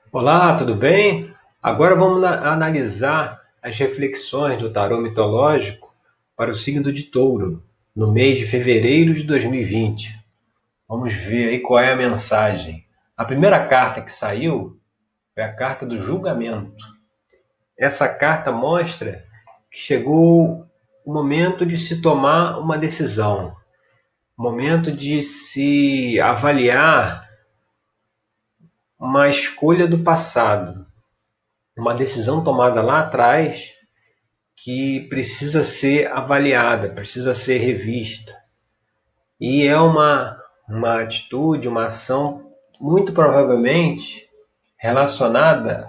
Olá, tudo bem? Agora vamos analisar as reflexões do tarô mitológico para o signo de Touro, no mês de fevereiro de 2020. Vamos ver aí qual é a mensagem. A primeira carta que saiu foi a carta do julgamento. Essa carta mostra que chegou o momento de se tomar uma decisão, o momento de se avaliar uma escolha do passado, uma decisão tomada lá atrás que precisa ser avaliada, precisa ser revista. E é uma atitude, uma ação muito provavelmente relacionada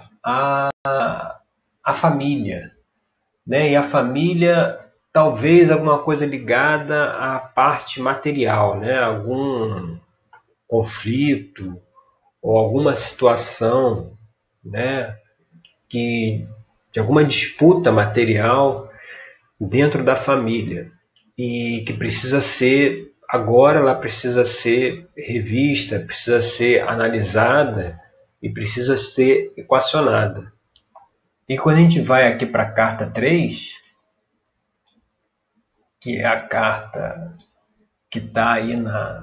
à família, né? E a família talvez alguma coisa ligada à parte material, né? Algum conflito ou alguma situação, né? Que de alguma disputa material dentro da família e que precisa ser agora ela precisa ser revista, precisa ser analisada e precisa ser equacionada. E quando a gente vai aqui para a carta 3, que é a carta que está aí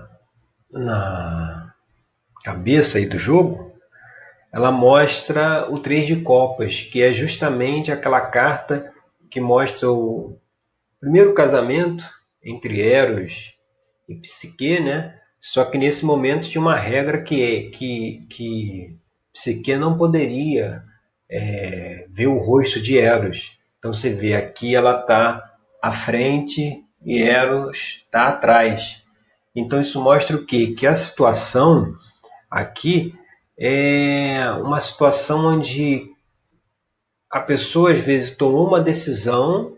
na cabeça aí do jogo, ela mostra o 3 de copas, que é justamente aquela carta que mostra o primeiro casamento entre Eros e Psique, né? Só que nesse momento tinha uma regra que Psique não poderia ver o rosto de Eros. Então você vê aqui ela está à frente e Eros está atrás. Então isso mostra o quê? Que a situação aqui é uma situação onde a pessoa às vezes tomou uma decisão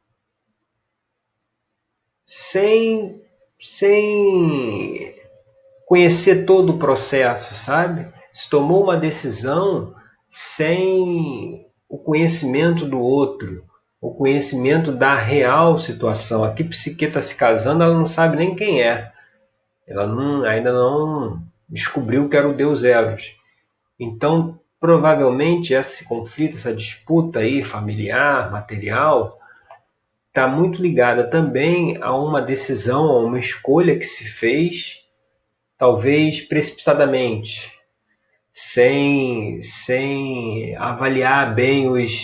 sem, sem conhecer todo o processo, sabe? Se tomou uma decisão sem o conhecimento do outro, o conhecimento da real situação. Aqui Psique está se casando, ela não sabe nem quem é. Ela ainda não descobriu que era o Deus Eros. Então, provavelmente, esse conflito, essa disputa aí familiar, material, está muito ligada também a uma decisão, a uma escolha que se fez, talvez precipitadamente, sem avaliar bem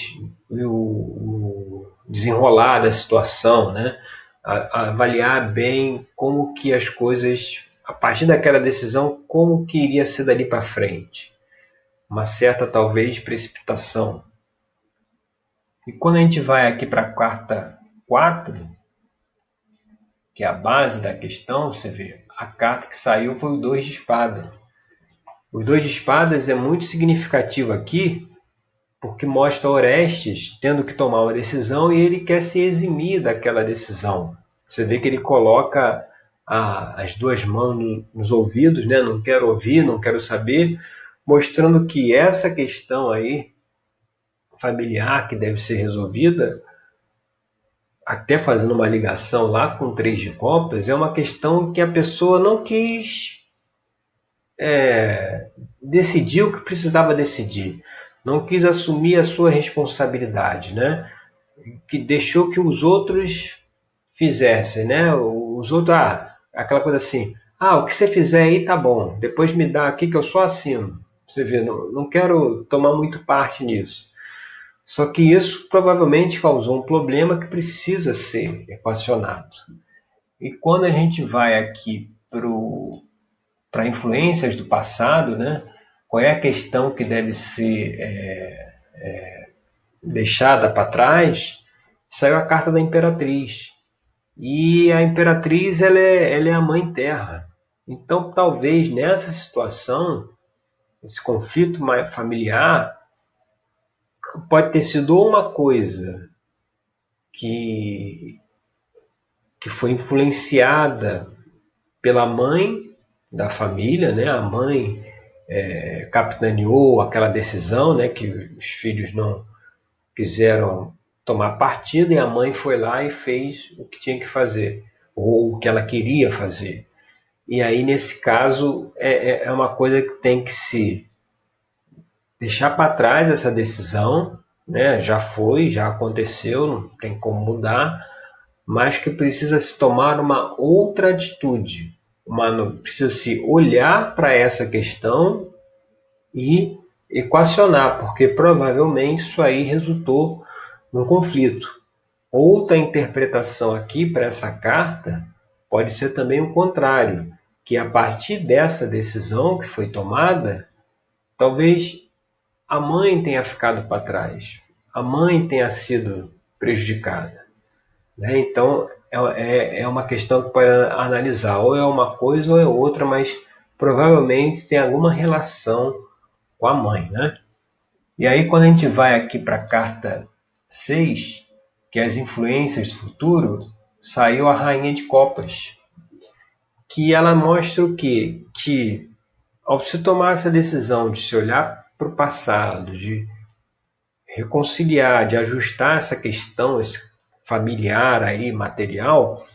o desenrolar da situação, né? Avaliar bem como que as coisas, a partir daquela decisão, como que iria ser dali para frente. Uma certa, talvez, precipitação. E quando a gente vai aqui para a carta 4, que é a base da questão, você vê, a carta que saiu foi o 2 de espada. O 2 de espadas é muito significativo aqui, porque mostra Orestes tendo que tomar uma decisão e ele quer se eximir daquela decisão. Você vê que ele coloca as duas mãos nos ouvidos, né? Não quero ouvir, não quero saber, mostrando que essa questão aí familiar que deve ser resolvida, até fazendo uma ligação lá com o 3 de copas, é uma questão que a pessoa não quis decidir o que precisava decidir, não quis assumir a sua responsabilidade, né? Que deixou que os outros fizessem, né? Os outros, aquela coisa assim, o que você fizer aí tá bom, depois me dá aqui que eu só assino. Você vê, não quero tomar muito parte nisso. Só que isso provavelmente causou um problema que precisa ser equacionado. E quando a gente vai aqui para influências do passado, né? Qual é a questão que deve ser deixada para trás? Saiu a carta da Imperatriz. E a Imperatriz ela é a Mãe Terra. Então, talvez nessa situação, esse conflito familiar, pode ter sido uma coisa que, que foi influenciada pela mãe da família, né? A mãe capitaneou aquela decisão, né? Que os filhos não quiseram tomar partido e a mãe foi lá e fez o que tinha que fazer, ou o que ela queria fazer. E aí, nesse caso, é uma coisa que tem que deixar para trás essa decisão, né? Já foi, já aconteceu, não tem como mudar, mas que precisa se tomar uma outra atitude, precisa se olhar para essa questão e equacionar, porque provavelmente isso aí resultou num conflito. Outra interpretação aqui para essa carta pode ser também o contrário, que a partir dessa decisão que foi tomada, talvez a mãe tenha ficado para trás, a mãe tenha sido prejudicada, né? Então é uma questão que pode analisar, ou é uma coisa ou é outra, mas provavelmente tem alguma relação com a mãe, né? E aí quando a gente vai aqui para a carta 6, que é as influências do futuro, saiu a Rainha de Copas, que ela mostra o quê? Que ao se tomar essa decisão de se olhar para o passado, de reconciliar, de ajustar essa questão esse familiar aí, material,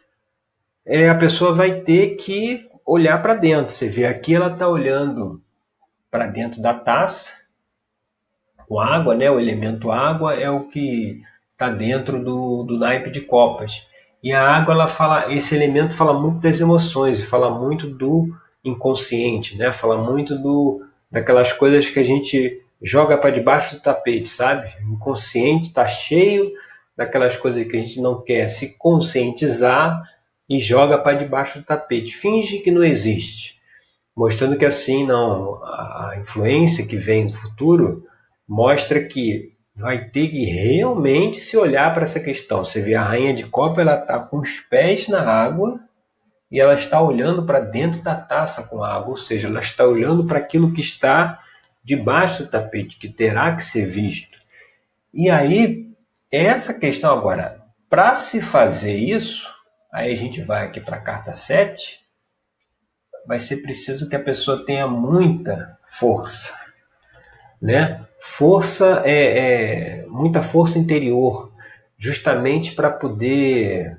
a pessoa vai ter que olhar para dentro. Você vê aqui, ela está olhando para dentro da taça, com água, né? O elemento água é o que está dentro do naipe de copas. E a água, esse elemento fala muito das emoções, fala muito do inconsciente, né? Fala muito daquelas coisas que a gente joga para debaixo do tapete, sabe? O inconsciente está cheio daquelas coisas que a gente não quer se conscientizar e joga para debaixo do tapete, finge que não existe, mostrando que assim não, a influência que vem do futuro mostra que vai ter que realmente se olhar para essa questão. Você vê a Rainha de Copa, ela está com os pés na água e ela está olhando para dentro da taça com água, ou seja, ela está olhando para aquilo que está debaixo do tapete, que terá que ser visto. E aí, essa questão agora, para se fazer isso, aí a gente vai aqui para a carta 7, vai ser preciso que a pessoa tenha muita força, né? Força muita força interior, justamente para poder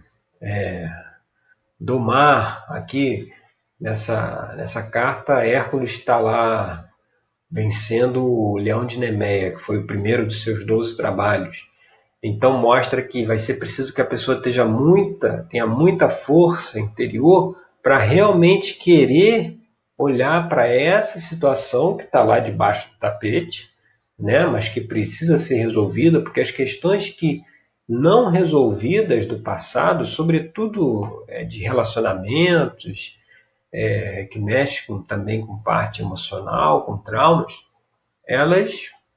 domar. Aqui nessa carta, Hércules está lá vencendo o Leão de Nemeia, que foi o primeiro dos seus 12 trabalhos. Então mostra que vai ser preciso que a pessoa tenha muita força interior para realmente querer olhar para essa situação que está lá debaixo do tapete, né? Mas que precisa ser resolvida, porque as questões que não resolvidas do passado, sobretudo de relacionamentos, que mexem também com parte emocional, com traumas, elas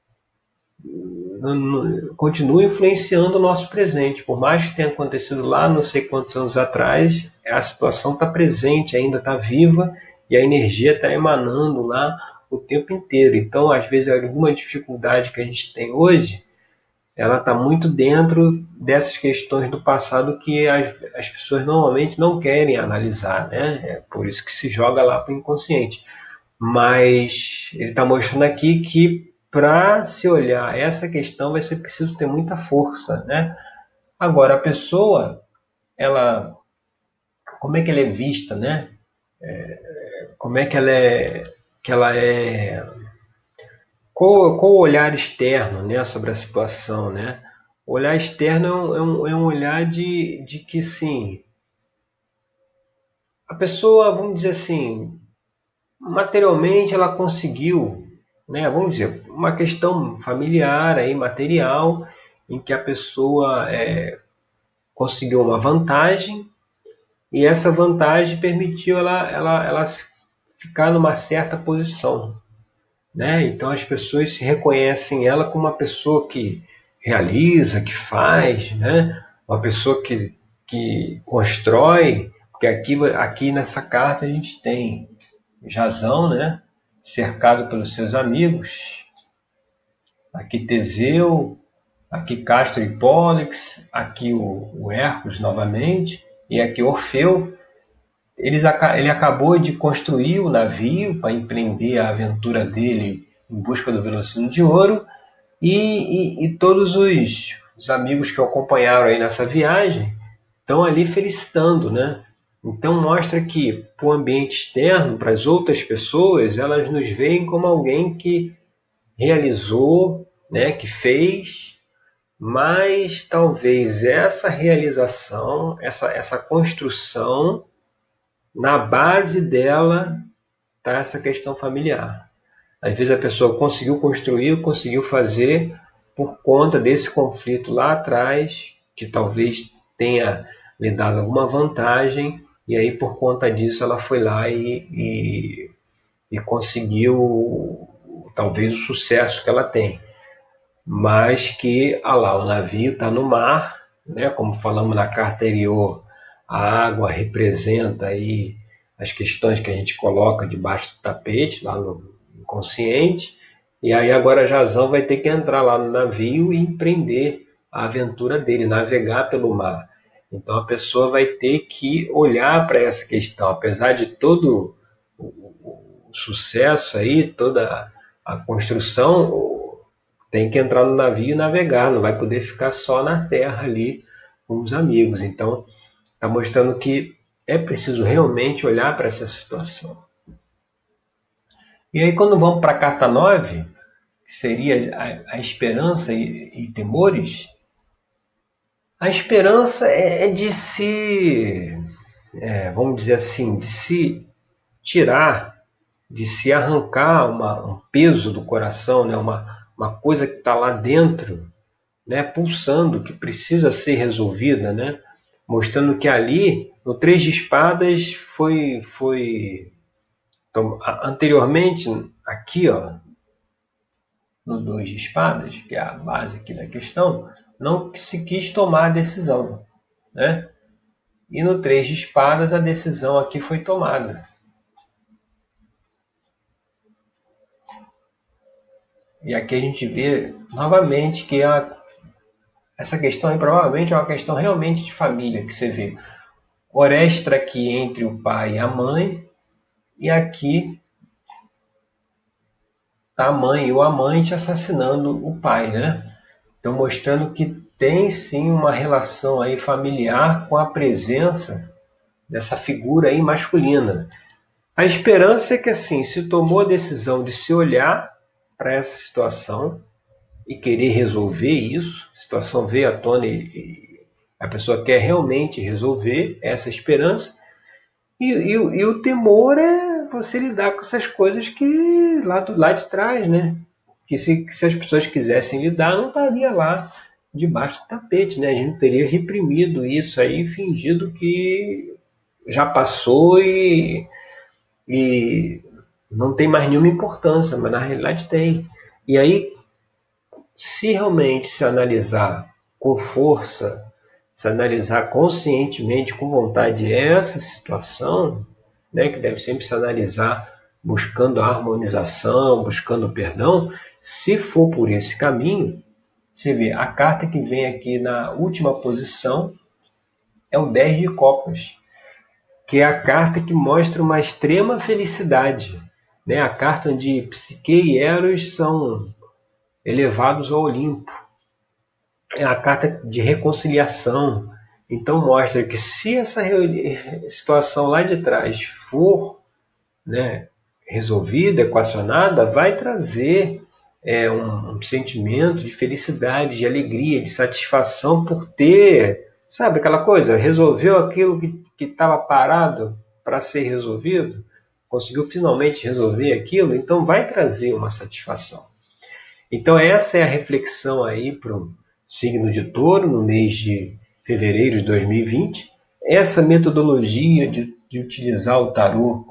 continuam influenciando o nosso presente. Por mais que tenha acontecido lá não sei quantos anos atrás, a situação está presente, ainda está viva, e a energia está emanando lá o tempo inteiro. Então, às vezes, alguma dificuldade que a gente tem hoje, ela está muito dentro dessas questões do passado que as pessoas normalmente não querem analisar, né? É por isso que se joga lá para o inconsciente. Mas ele está mostrando aqui que para se olhar essa questão vai ser preciso ter muita força, né? Agora, a pessoa, como é que ela é vista, né? Como é que ela é, qual o olhar externo, né, sobre a situação, né? O olhar externo é um olhar de que, sim, a pessoa, vamos dizer assim, materialmente ela conseguiu, né, vamos dizer, uma questão familiar, aí, material, em que a pessoa conseguiu uma vantagem e essa vantagem permitiu ela ficar numa certa posição, né? Então as pessoas se reconhecem ela como uma pessoa que realiza, que faz, né? Uma pessoa que constrói, porque aqui nessa carta a gente tem Jasão, né? Cercado pelos seus amigos, aqui Teseu, aqui Castor e Pólix, aqui o Hércules novamente, e aqui Orfeu. Ele acabou de construir o navio para empreender a aventura dele em busca do Velocino de Ouro, e todos os amigos que o acompanharam aí nessa viagem estão ali felicitando, né? Então mostra que para o ambiente externo, para as outras pessoas, elas nos veem como alguém que realizou, né, que fez, mas talvez essa realização, essa construção, na base dela está essa questão familiar. Às vezes a pessoa conseguiu construir, conseguiu fazer por conta desse conflito lá atrás, que talvez tenha lhe dado alguma vantagem, e aí por conta disso ela foi lá e conseguiu talvez o sucesso que ela tem. Mas que, lá, o navio está no mar, né? Como falamos na carta anterior, a água representa aí as questões que a gente coloca debaixo do tapete, lá no inconsciente, e aí agora Jazão vai ter que entrar lá no navio e empreender a aventura dele, navegar pelo mar. Então a pessoa vai ter que olhar para essa questão, apesar de todo o sucesso aí, toda a construção, tem que entrar no navio e navegar, não vai poder ficar só na terra ali com os amigos. Então está mostrando que é preciso realmente olhar para essa situação. E aí quando vamos para a carta 9, que seria a esperança e temores, a esperança é de se, vamos dizer assim, de se tirar, de se arrancar um peso do coração, né? Uma coisa que está lá dentro, né? Pulsando, que precisa ser resolvida, né? Mostrando que ali, no Três de Espadas, então, anteriormente, aqui, ó, no Dois de Espadas, que é a base aqui da questão, não se quis tomar a decisão, né? E no Três de Espadas a decisão aqui foi tomada. E aqui a gente vê novamente que essa questão aí provavelmente é uma questão realmente de família, que você vê Orestra aqui entre o pai e a mãe, e aqui está a mãe e o amante assassinando o pai, né? Então mostrando que tem sim uma relação aí familiar com a presença dessa figura aí masculina. A esperança é que assim, se tomou a decisão de se olhar para essa situação e querer resolver isso, a situação veio à tona e a pessoa quer realmente resolver essa esperança, e o temor é você lidar com essas coisas que lá de trás, né? Que se as pessoas quisessem lidar, não estaria lá debaixo do tapete, né? A gente teria reprimido isso aí, fingido que já passou e não tem mais nenhuma importância, mas na realidade tem. E aí, se realmente se analisar com força, se analisar conscientemente, com vontade, essa situação, né, que deve sempre se analisar buscando a harmonização, buscando o perdão, se for por esse caminho, você vê, a carta que vem aqui na última posição é o 10 de copas, que é a carta que mostra uma extrema felicidade, né? A carta onde Psique e Eros são elevados ao Olimpo. É a carta de reconciliação. Então mostra que se essa situação lá de trás for, né, resolvida, equacionada, vai trazer um sentimento de felicidade, de alegria, de satisfação por ter, sabe aquela coisa, resolveu aquilo que estava parado para ser resolvido, conseguiu finalmente resolver aquilo, então vai trazer uma satisfação. Então essa é a reflexão aí para o signo de Touro no mês de fevereiro de 2020. Essa metodologia de utilizar o tarô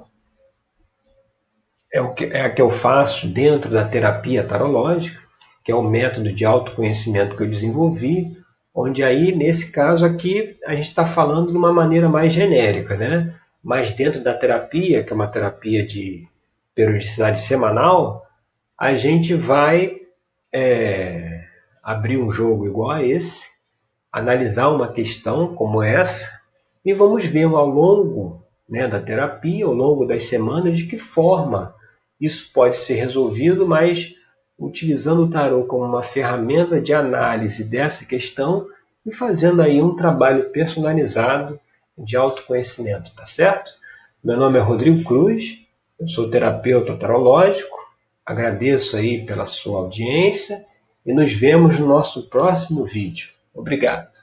é a que eu faço dentro da terapia tarológica, que é o método de autoconhecimento que eu desenvolvi, onde aí, nesse caso aqui, a gente está falando de uma maneira mais genérica, né? Mas dentro da terapia, que é uma terapia de periodicidade semanal, a gente vai abrir um jogo igual a esse, analisar uma questão como essa, e vamos ver ao longo, né, da terapia, ao longo das semanas, de que forma isso pode ser resolvido, mas utilizando o tarô como uma ferramenta de análise dessa questão e fazendo aí um trabalho personalizado de autoconhecimento, tá certo? Meu nome é Rodrigo Cruz, eu sou terapeuta tarológico Agradeço aí pela sua audiência e nos vemos no nosso próximo vídeo. Obrigado.